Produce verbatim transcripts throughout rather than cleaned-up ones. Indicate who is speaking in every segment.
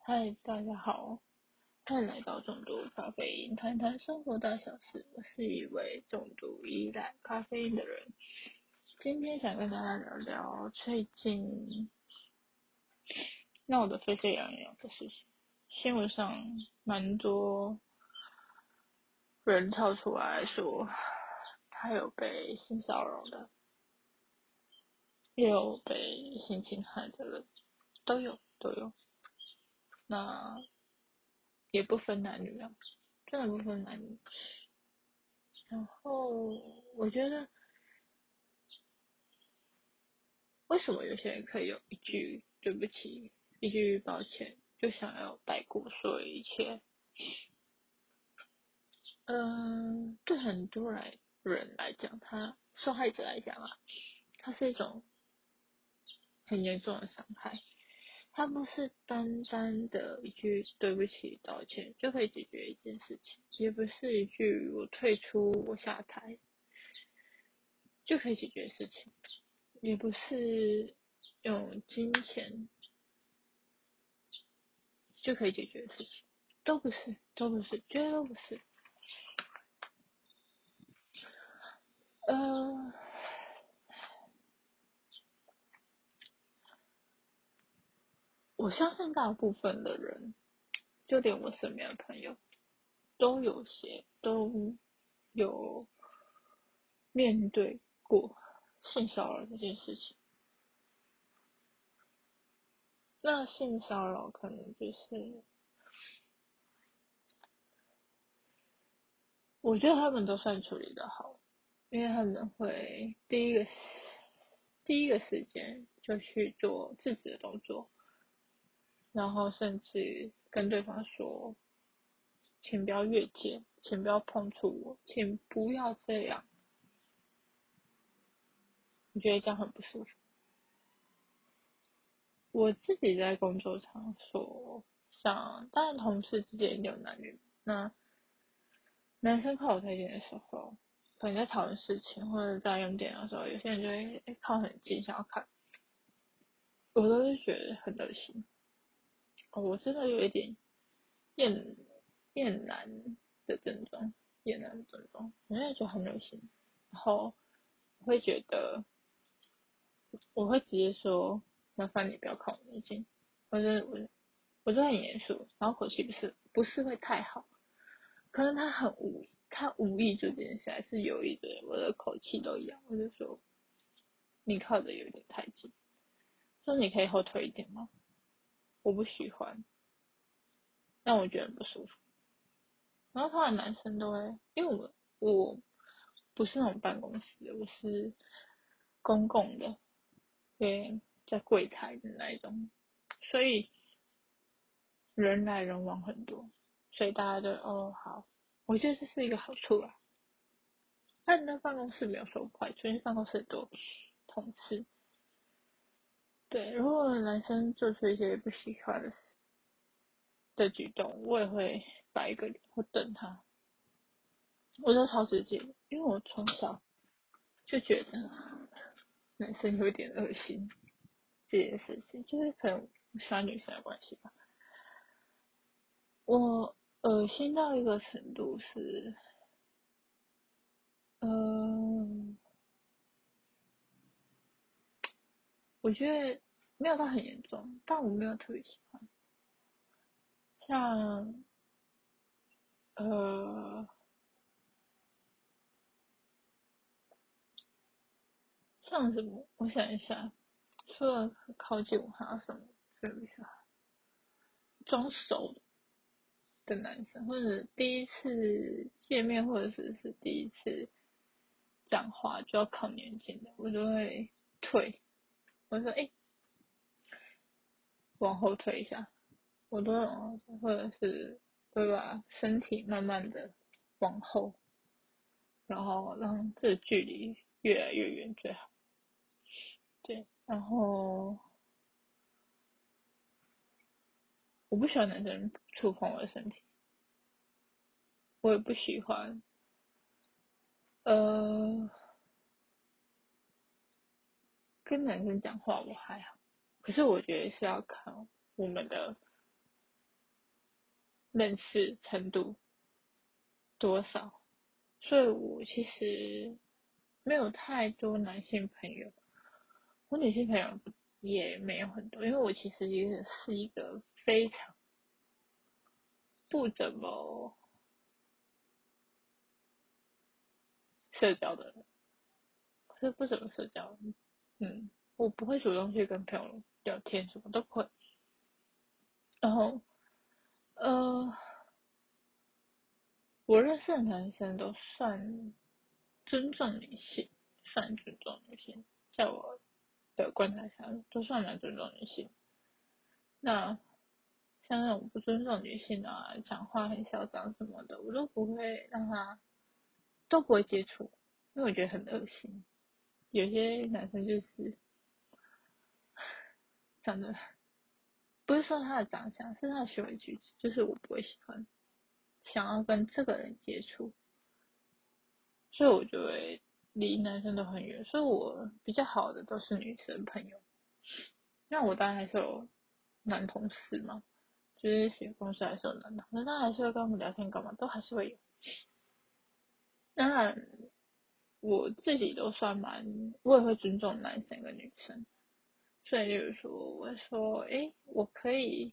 Speaker 1: 嗨，大家好，欢迎来到重度咖啡因，谈谈生活大小事。我是一位重度依赖咖啡因的人，今天想跟大家聊聊最近闹得沸沸扬扬的事情。新闻上蛮多人跳出来说，他有被性骚扰的，也有被性侵害的人，都有都有。那也不分男女啊，真的不分男女。然后我觉得，为什么有些人可以有一句对不起，一句抱歉，就想要带过所有一切？嗯，对很多来人来讲，他受害者来讲啊，它是一种很严重的伤害。它不是单单的一句对不起、道歉就可以解决一件事情，也不是一句我退出、我下台就可以解决事情，也不是用金钱就可以解决的事情，都不是，都不是，绝对都不是。呃，我相信大部分的人，就连我身边的朋友，都有些都有面对过性骚扰这件事情。那性骚扰可能就是，我觉得他们都算处理的好，因为他们会第一个第一个时间就去做制止的动作，然后甚至跟对方说，请不要越界，请不要碰触我，请不要这样。我觉得这样很不舒服。我自己在工作场所上，当然同事之间有男女，那男生靠我太近的时候，可能在讨论事情或者在用电脑的时候，有些人就会、欸、靠很近想要看，我都是觉得很恶心。哦，我真的有一点厌厌男的症状，厌男的症状，我真的觉得很恶心。然后我会觉得，我会直接说，麻烦你不要靠我那近，或者我我就很严肃，然后口气不是不是会太好，可能他很无他无意做这件事，还是有意的，我的口气都一样，我就说你靠的有点太近，说你可以后退一点吗？我不喜欢，让我觉得很不舒服。然后通常男生都会，因为我我不是那种办公室的，我是公共的，对，在柜台的那一种，所以人来人往很多，所以大家就哦好，我觉得这是一个好处啦。但那办公室没有说坏处，因为办公室很多同事。对，如果男生做出一些不喜欢的事的举动，我也会摆一个脸或瞪他。我都超直接的，因为我从小就觉得男生有点恶心这件事情，就是可能喜欢女生的关系吧。我恶心到一个程度是，嗯、呃，我觉得没有到很严重，但我没有特别喜欢。像呃，像什么？我想一下，除了靠近我，还有什么最不喜欢？装熟的男生，或者第一次见面，或者是是第一次讲话就要靠年近的，我就会退。我说：“哎、欸，往后退一下。”我都会往后退，或者是会把身体慢慢的往后，然后让这个距离越来越远最好。对，然后我不喜欢男生触碰我的身体，我也不喜欢，呃，跟男生讲话我还好，可是我觉得是要看我们的认识程度多少，所以我其实没有太多男性朋友，我女性朋友也没有很多，因为我其实也是一个非常不怎么社交的人，是不怎么社交，嗯，我不会主动去跟朋友聊天，什么都不会。然后，呃，我认识的男生都算尊重女性，算尊重女性，在我的观察下，都算蛮尊重女性。那像那种不尊重女性啊，讲话很嚣张什么的，我都不会让他，都不会接触，因为我觉得很恶心。有些男生就是长得，不是说他的长相，是他的行为举止，就是我不会喜欢，想要跟这个人接触，所以我就会离男生都很远。所以我比较好的都是女生朋友。那我当然还是有男同事嘛，就是写公司还是有男同事，当然还是会跟他们聊天干嘛，都还是会有。当然我自己都算蛮，我也会尊重男生跟女生。所以例如说，我会说，诶，我可以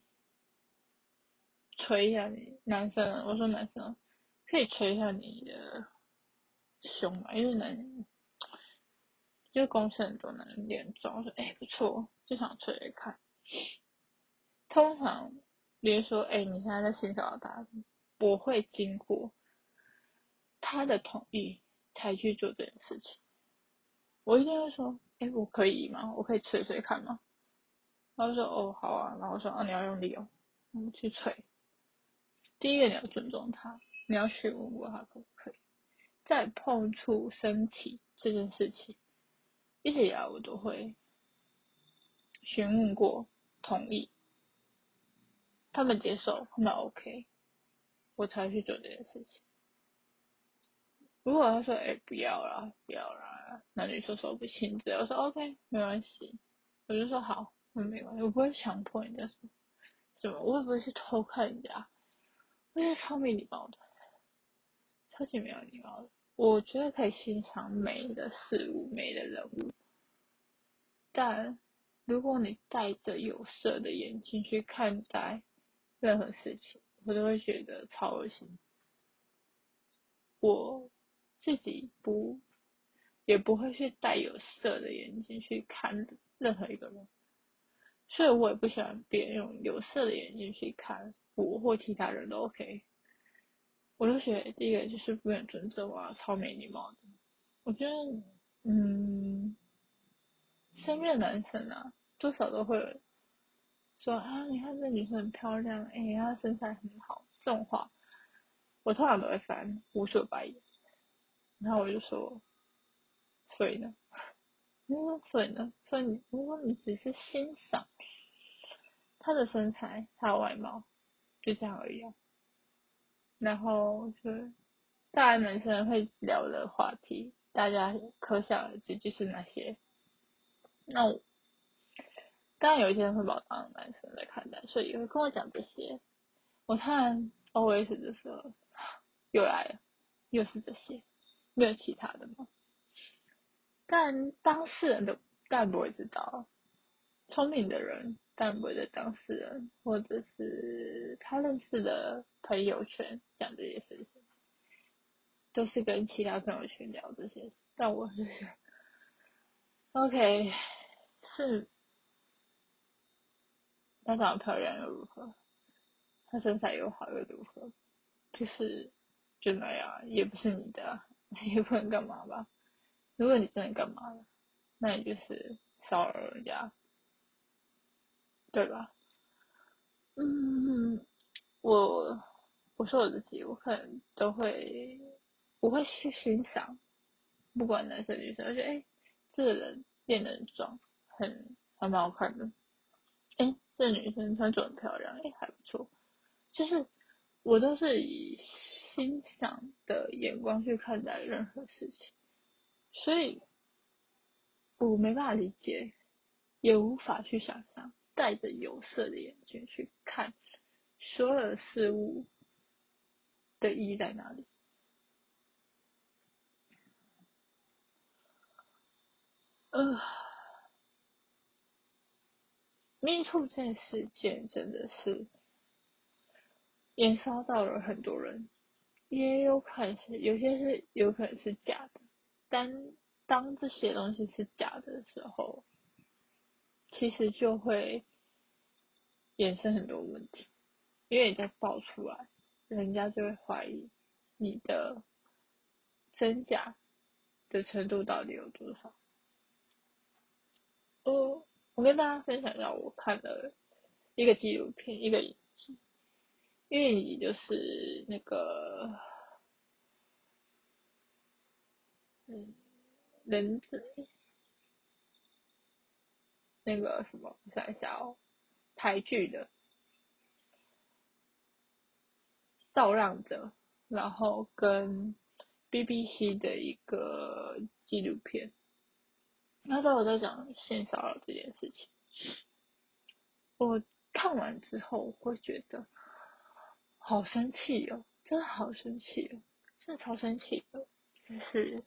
Speaker 1: 捶一下你，男生，我说男生可以捶一下你的胸嘛，因为男，就是公司很多男人脸重，我说，诶，不错，就想捶捶看。通常，比如说，诶，你现在在欣赏他，我会经过他的同意才去做这件事情。我一定会说，诶，我可以吗？我可以捶捶看吗？然后说，哦，好啊。然后我说，啊，你要用力哦，我们去捶。第一个你要尊重他，你要询问过他可不可以。在碰触身体这件事情，一直以来我都会询问过，同意，他们接受，那 OK，我才去做这件事情。如果他说，哎、欸，不要啦，不要啦，男女授受不亲，只要说 OK，没关系，我就说好，嗯，没关系，我不会强迫人家什么，什么，我也不会去偷看人家，我觉得超没礼貌的，超级没有礼貌的。我觉得可以欣赏美的事物、美的人物，但如果你戴着有色的眼睛去看待任何事情，我都会觉得超恶心。我自己不也不会去戴有色的眼睛去看任何一个人，所以我也不喜欢别人用有色的眼睛去看我或其他人都 OK。我就觉得第一个就是不能尊重啊，超没礼貌的。我觉得，嗯，身边的男生啊，多少都会说啊，你看这女生很漂亮，哎、欸，她身材很好，这种话，我通常都会翻无数白眼，然后我就说，所以呢，我说所以呢，所以你如果你只是欣赏她的身材、她的外貌，就这样而已啊。然后就大家男生会聊的话题，大家可想而知就是那些。那我当然有一些人会把我当男生在看待，所以也会跟我讲这些。我看 O S 的时候，又来了，又是这些，没有其他的吗？但当事人的当然不会知道，聪明的人当然不会在当事人或者是他认识的朋友圈讲这些事情，都是跟其他朋友圈聊这些事。但我是 OK，是她长得漂亮又如何？她身材又好又如何？就是就那样，也不是你的、啊，也不能干嘛吧。如果你真的干嘛了，那你就是骚扰人家，对吧？嗯，我我说我自己，我可能都会，我会去欣赏，不管男生女生，而且哎，这个人练得很壮，很还蛮好看的。哎，这个女生穿着很漂亮，哎，还不错。就是我都是以欣赏的眼光去看待任何事情，所以我没办法理解，也无法去想象戴着有色的眼镜去看所有的事物的意义在哪里？呃，Me Too 这件事件真的是延烧到了很多人，也有可能是有些是有可能是假的，但当这些东西是假的时候，其实就会衍生很多问题，因为你在爆出来，人家就会怀疑你的真假的程度到底有多少。我我跟大家分享一下我看的一个纪录片，一个影集，因为影集就是那个嗯人质那个什么，我想一下哦，台剧的《造浪者》，然后跟 B B C 的一个纪录片，那都有在讲性骚扰这件事情。我看完之后会觉得好生气哦，真的好生气哦，真的超生气的，就是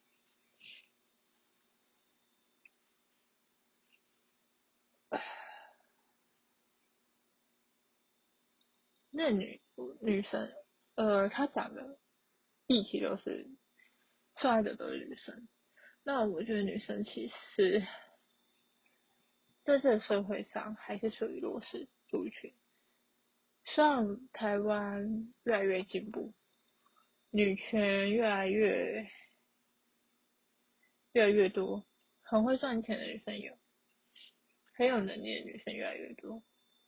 Speaker 1: 那女女生，呃，她讲的议题都是受害者都是女生，那我觉得女生其实在这个社会上还是属于弱势族群。虽然台湾越来越进步，女权越来越越来越多，很会赚钱的女生有，很有能力的女生越来越多。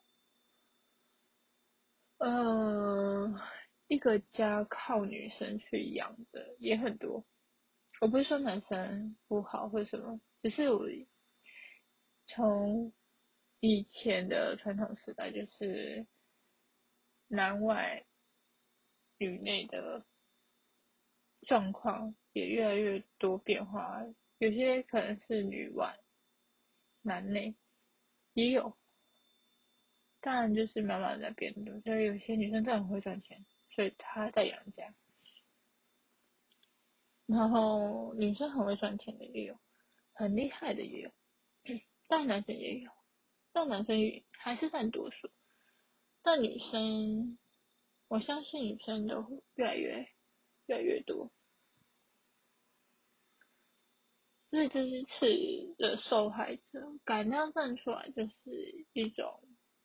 Speaker 1: 呃，一个家靠女生去养的也很多。我不是说男生不好或什么，只是我从以前的传统时代，就是男外女内的状况也越来越多变化，有些可能是女外男内也有，当然就是慢慢在变动。所以有些女生真的很会赚钱，所以她在养家，然后女生很会赚钱的也有，很厉害的也有，当然男生也有，但男生还是占多数。但女生，我相信女生都会越来越越来越多，所以这次的受害者敢这样站出来，就是一种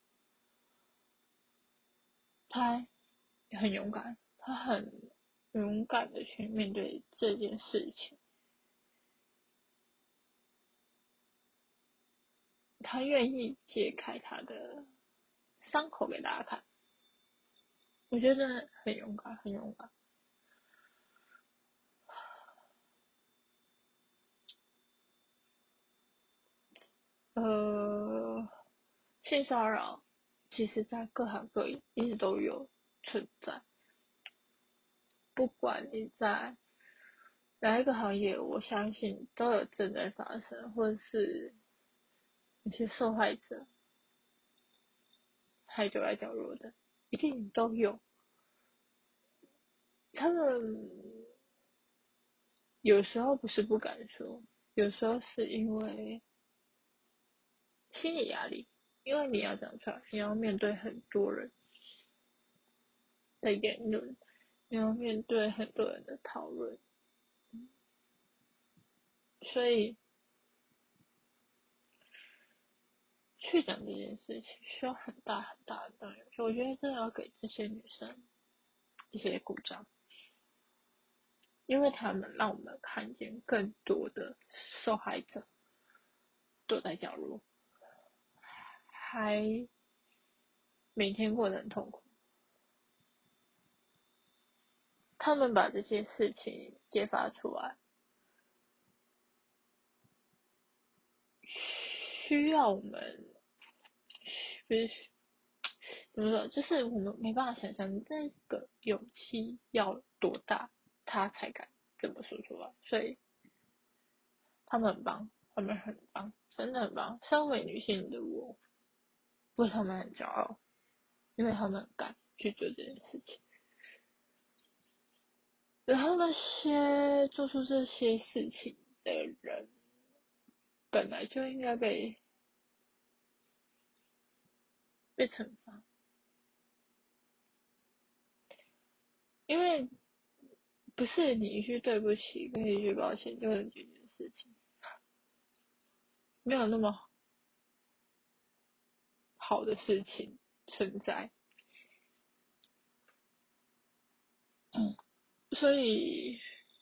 Speaker 1: 他很勇敢，他很勇敢的去面对这件事情，他愿意揭开他的伤口给大家看，我觉得很勇敢，很勇敢。呃，性骚扰其实在各行各业一直都有存在，不管你在哪一个行业，我相信都有正在发生，或者是有些受害者还久来角落的，一定都有。他们有时候不是不敢说，有时候是因为心理压力，因为你要讲出来，你要面对很多人的言论，你要面对很多人的讨论，所以去讲这件事情需要很大很大的动力。所以我觉得真的要给这些女生一些鼓掌，因为他们让我们看见更多的受害者躲在角落，还每天过得很痛苦。他们把这些事情揭发出来，需要我们，不是怎么说，就是我们没办法想象这个勇气要多大，他才敢这么说出来。所以他们很棒，他们很棒，真的很棒。身为女性的我，为他们很骄傲，因为他们敢去做这件事情。 然后那些做出这些事情的人，本来就应该被被惩罚，因为不是你一句对不起跟一句抱歉就能解决的事情，没有那么好的事情存在。嗯，所以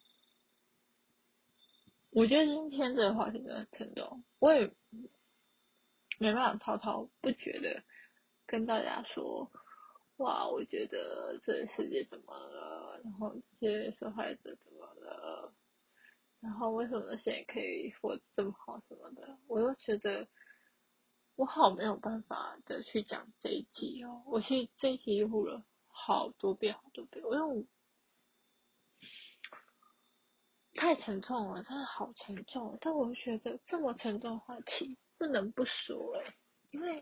Speaker 1: 我觉得今天这个话题真的很沉重，我也没办法滔滔不绝的跟大家说，哇，我觉得这个世界怎么了，然后这些受害者怎么了，然后为什么那些人可以活得这么好什么的，我都觉得我好没有办法的去讲这一集哦。我其实这一集录了好多遍好多遍，因为我太沉重了，真的好沉重。但我觉得这么沉重的话题不能不说哎、欸，因为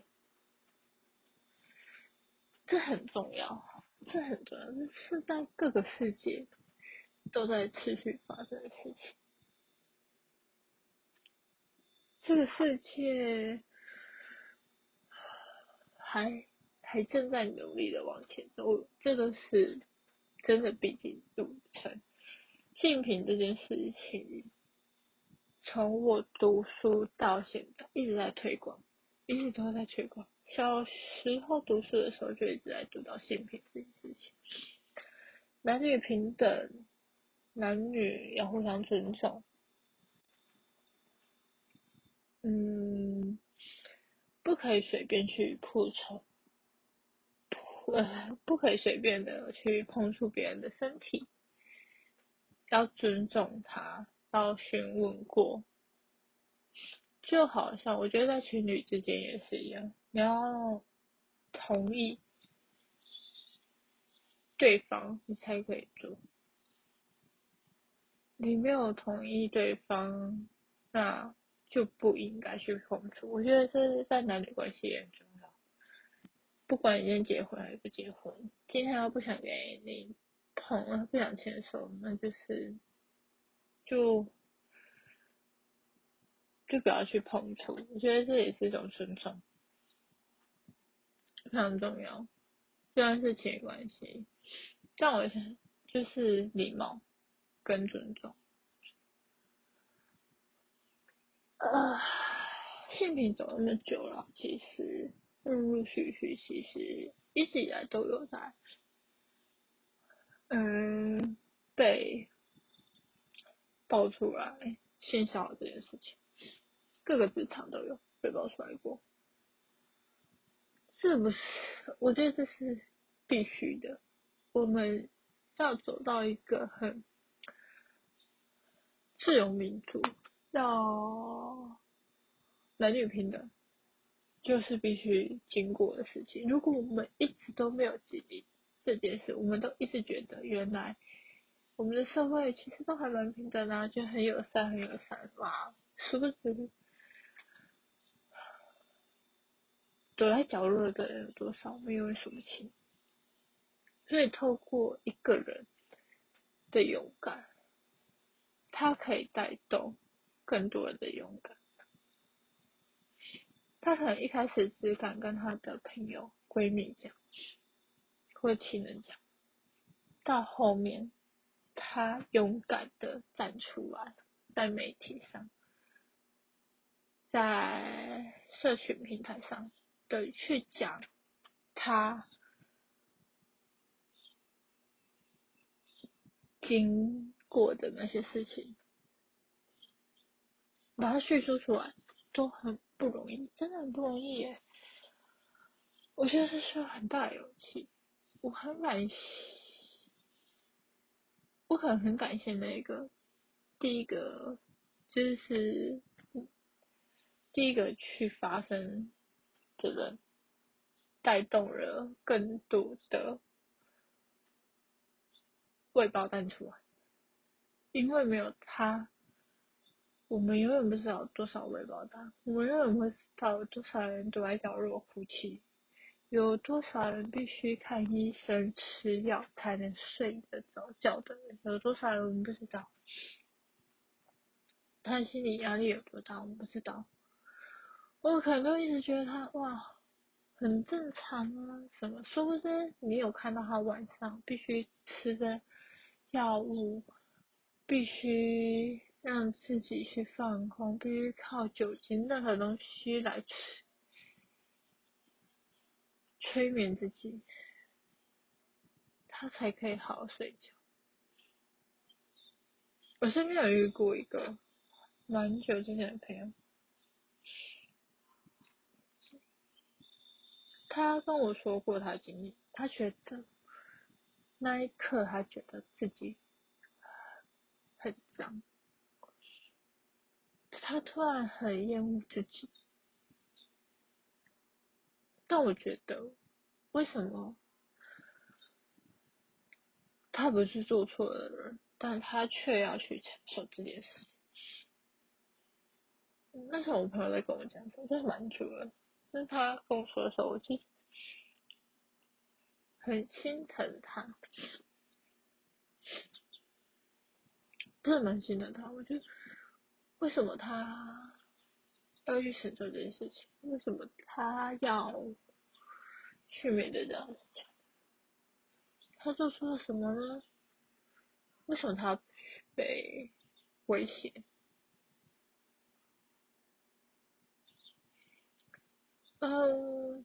Speaker 1: 这很重要，这很重要，这是在各个世界都在持续发生的事情。这个世界还还正在努力的往前走，这都是真的必经路程。性平这件事情，从我读书到现在一直在推广，一直都在推广。小时候读书的时候就一直在读到性平这件事情，男女平等，男女要互相尊重。嗯，不可以随便去触碰，呃，不可以随便的去碰触别人的身体，要尊重他，要询问过。就好像我觉得在情侣之间也是一样，你要同意对方，你才可以做。你没有同意对方，那就不应该去碰触。我觉得这是在男女关系也很重要。不管你今天结婚还是不结婚，今天他不想给你碰，不想牵手，那就是就就不要去碰触。我觉得这也是一种尊重，非常重要。虽然是情侣关系，但我想就是礼貌跟尊重。呃，性平走那么久了，其实陆陆续续，其实一直以来都有在嗯被爆出来性骚扰这件事情，各个职场都有被爆出来过，是不是？我觉得这是必须的，我们要走到一个很自由民主，要男女平等，就是必须经过的事情。如果我们一直都没有经历这件事，我们都一直觉得原来我们的社会其实都还蛮平等啊，就很友善，很友善嘛。殊不知躲在角落的人有多少，没有人数不清。所以透过一个人的勇敢，他可以带动更多人的勇敢。他可能一开始只敢跟他的朋友、闺蜜讲，或亲人讲，到后面他勇敢的站出来，在媒体上，在社群平台上的去讲他经过的那些事情，把它叙述出来，都很不容易，真的很不容易耶。我觉得是需要很大的勇气。我很感谢，我可能很感谢那个第一个，就是第一个去发生的人，带动了更多的未爆弹出来。因为没有他，我们永远不知道有多少未爆弹，我们永远不知道有多少人躲在角落哭泣， 有多少人必须看医生吃药才能睡得着觉的人？有多少人我们不知道？他的心理压力有多大？我们不知道。我可能都一直觉得他哇很正常啊，什么？殊不知你有看到他晚上必须吃的药物，必须让自己去放空，必须靠酒精任何东西来催催眠自己，他才可以好好睡觉。我身边有遇过一个蛮久之前的朋友，他跟我说过他的经历，他觉得那一刻他觉得自己很脏，他突然很厌恶自己。但我觉得，为什么他不是做错了人，但他却要去承受这件事情？那时候我朋友在跟我讲说，就是蛮久了，就是他跟我说的时候，我就很心疼他，真的蛮心疼他。我觉得为什么他要去承受这件事情？为什么他要去面对这样的事情？他做出了什么呢？为什么他被威胁？嗯，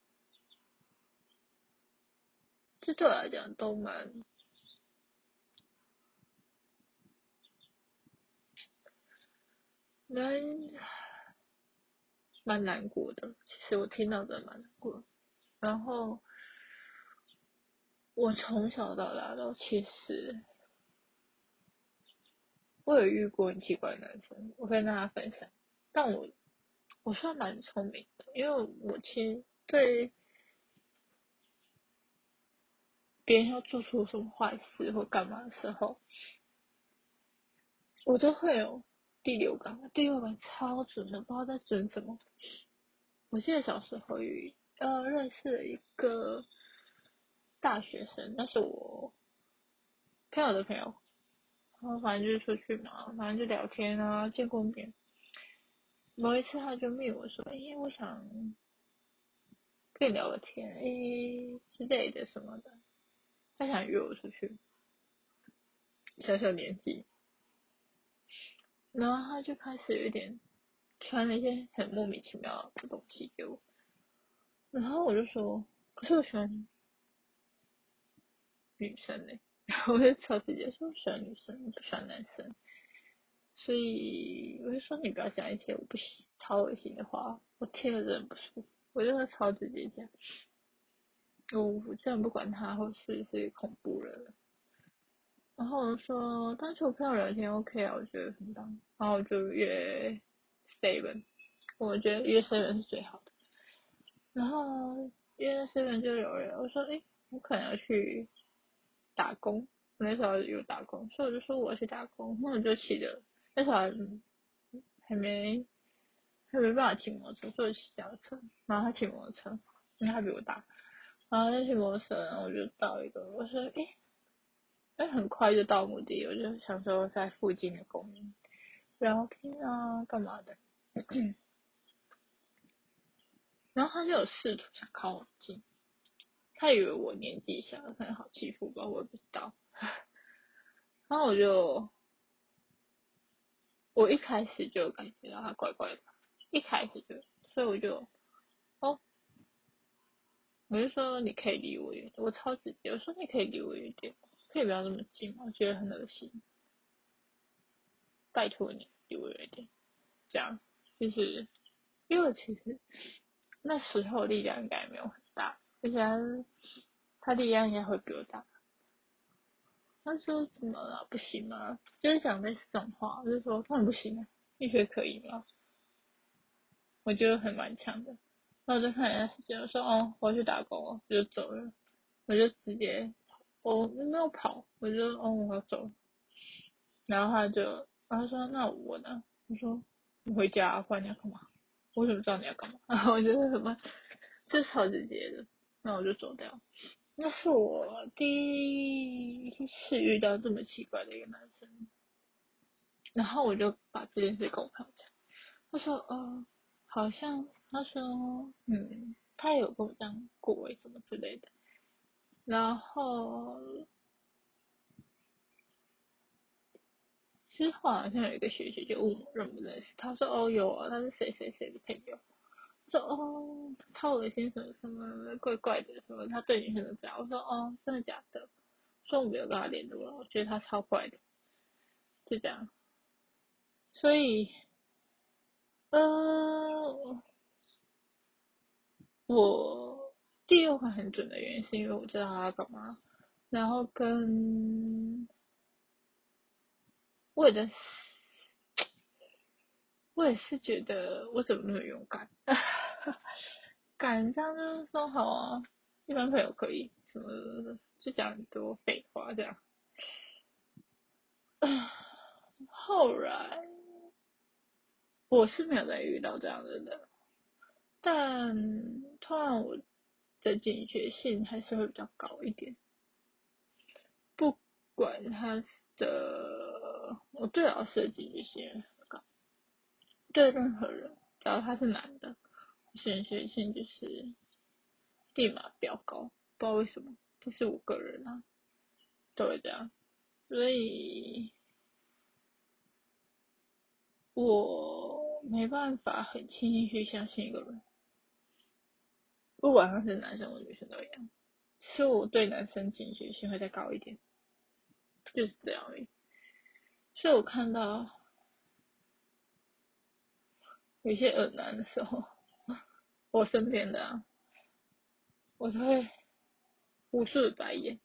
Speaker 1: 这对我来讲都蛮蛮蛮难过的。其实我听到真的蛮难过的。然后我从小到大都其实我有遇过很奇怪的男生，我跟大家分享。但我我算蛮聪明的，因为我其实对别人要做出什么坏事或干嘛的时候，我都会有第六感，第六感超准的，不知道在准什么。我记得小时候有呃认识了一个大学生，那是我朋友的朋友，然后反正就是出去嘛，反正就聊天啊，见过面。某一次他就密我说，哎、欸，我想跟你聊个天，哎、欸、之类的什么的，他想约我出去，小小年纪，然后他就开始有一点传了一些很莫名其妙的东西给我，然后我就说，可是我喜欢女生嘞、欸，然后我就超直接说我喜欢女生，不喜欢男生。所以我就说你不要讲一些我不喜超恶心的话，我听了真的不舒服。我就会超直接讲，我真的不管他或是不是恐怖人。然后我就说，当时我朋友聊天 OK 啊，我觉得很棒。然后我就约 seven，我觉得约 seven 是最好的。然后约 seven 就有人，我说，诶，我可能要去打工，我那时候有打工，所以我就说我要去打工，那我就骑着，那时候还还没还没办法骑摩托车，所以骑脚踏车，然后他骑摩托车，因为他比我大，然后他骑摩托车，然后我就到一个，我说，诶，哎，很快就到目的地，我就想说在附近的公园聊天啊，干嘛的，然后他就有试图想靠我近，他以为我年纪小，可能好欺负吧，我也不知道，然后我就我一开始就感觉到他怪怪的，一开始就，所以我就哦，我就说你可以离我远点，我超直接，我说你可以离我远点，可以不要那么近吗？我觉得很恶心，拜托你离我远点，这样就是因为其实那时候力量应该没有很大，而且他他力量应该会比我大。他说怎么了？不行吗？就是讲类似这种话，我就说当然不行啊，你觉得可以吗？我觉得很蛮强的。然后我就看一下时间，我说哦，我要去打工了，我就走了。我就直接我没有跑，我就哦我要走了。然后他就然后他说那我呢？我说你回家啊，不然你要干嘛？我怎么知道你要干嘛？然后我觉得什么，就超直接的。 那我就走掉。那是我第一次遇到这么奇怪的一个男生，然后我就把这件事跟我朋友讲，他说哦，好像他说嗯，他有跟我讲过什么之类的，然后之后好像有一个学姐就问我认不认识，他说哦有啊，他是谁谁谁的朋友。说哦，超恶心什么什么怪怪的什么，他对女生都这样。我说哦，真的假的？说我没有跟他联络了，我觉得他超怪的，就这样。所以呃，我第六感很准的原因是因为我知道他要干嘛，然后跟我也在，我也是觉得我怎么那么勇敢，敢这样就是说好啊，一般朋友可以什么就讲很多废话这样。后来我是没有再遇到这样的人，但突然我的警觉性还是会比较高一点，不管他的，我对老师的警觉性也很高，对任何人，只要他是男的，警觉性就是立马飙高，不知道为什么，这是我个人啊，都会这样，所以我没办法很轻易去相信一个人。不管他是男生或女生都一样，其实我对男生警觉性会再高一点，就是这样而已。所以我看到有些恶男的时候，我身边的啊，我就会无数的白眼，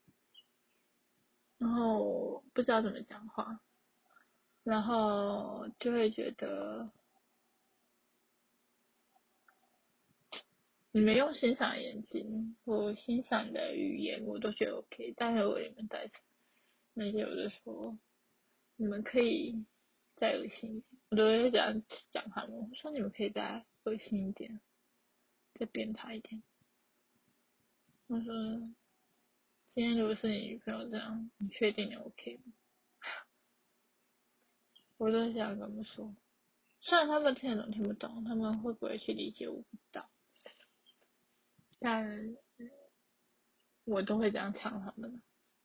Speaker 1: 然后不知道怎么讲话，然后就会觉得你们用欣赏眼睛或欣赏的语言，我都觉得 OK，但是我你们带那些我就说你们可以再恶心一点，我都会这样讲他们，我说你们可以再恶心一点，再变态一点。我说今天如果是你女朋友这样，你确定你 OK 吗？我都想跟他们说，虽然他们听得懂听不懂，他们会不会去理解我不知道，但我都会这样呛他们。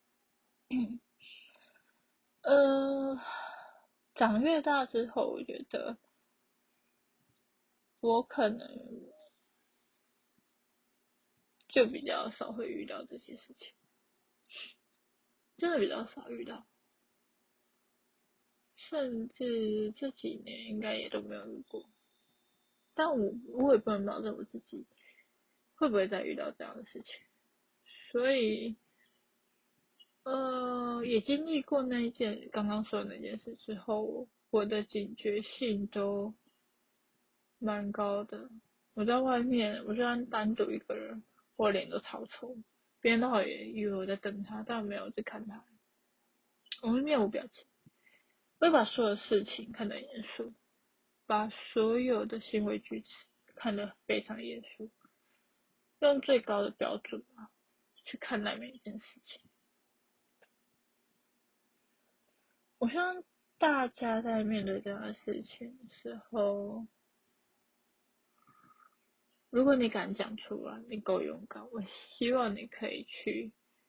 Speaker 1: 呃，长越大之后，我觉得我可能就比较少会遇到这些事情，真的比较少遇到，甚至这几年应该也都没有遇过。但我我也不能保证我自己会不会再遇到这样的事情，所以呃，也经历过那一件刚刚说的那件事之后，我的警觉性都蛮高的。我在外面，我虽然单独一个人，我脸都超臭，别人都好也以为我在瞪他，但我没有在看他，我会面无表情，我会把所有事情看得很严肃，把所有的行为举止看得非常严肃，用最高的标准啊去看待每一件事情。我希望大家在面对这样的事情的时候，如果你敢讲出来，你够勇敢，我希望你可以去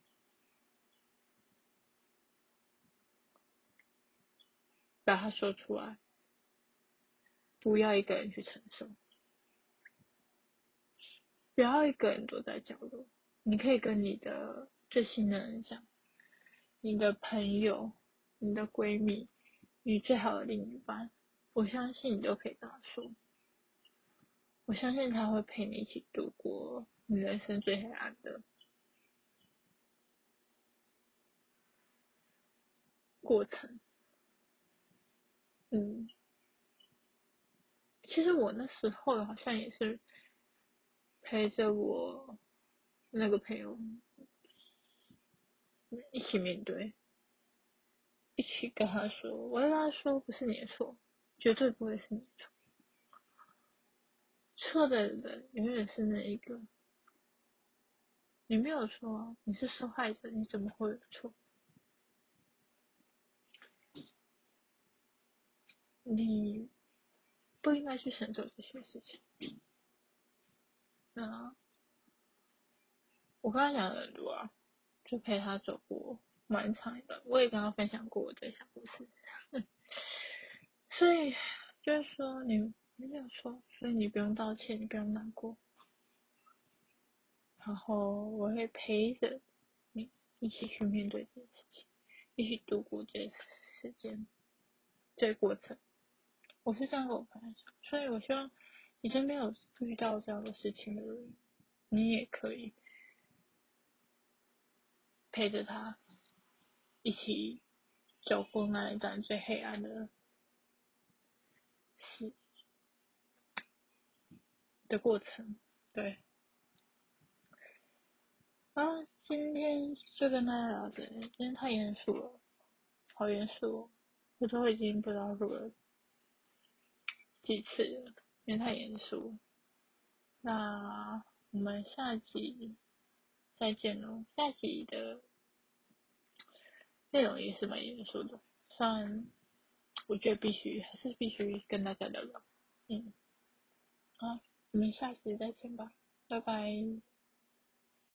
Speaker 1: 把它说出来，不要一个人去承受，不要一个人躲在角落。你可以跟你的最信任的人讲，你的朋友、你的闺蜜、你最好的另一半，我相信你都可以跟他说，我相信他会陪你一起度过你人生最黑暗的过程。嗯，其实我那时候好像也是陪着我那个朋友一起面对，一起跟他说，我要跟他说不是你的错，绝对不会是你的错，错的人永远是那一个你没有错啊，你是受害者，你怎么会有错？你不应该去承受这些事情。那我刚刚讲的很多啊，就陪他走过蛮长一段，我也跟他分享过我的小故事。所以就是说你你没有错，所以你不用道歉，你不用难过。然后我会陪着你一起去面对这件事情，一起度过这时间这个过程。我是这样跟我朋友讲，所以我希望你身边有遇到这样的事情的人，你也可以陪着他一起走过那一段最黑暗的事的过程。对，啊，今天就跟大家聊这，今天太严肃了，好严肃哦，我都已经不知道录了几次了，因为太严肃了。那我们下集再见喽，下集的内容也是蛮严肃的，算我觉得必须还是必须跟大家聊聊。嗯，好，我们下集再见吧，拜拜。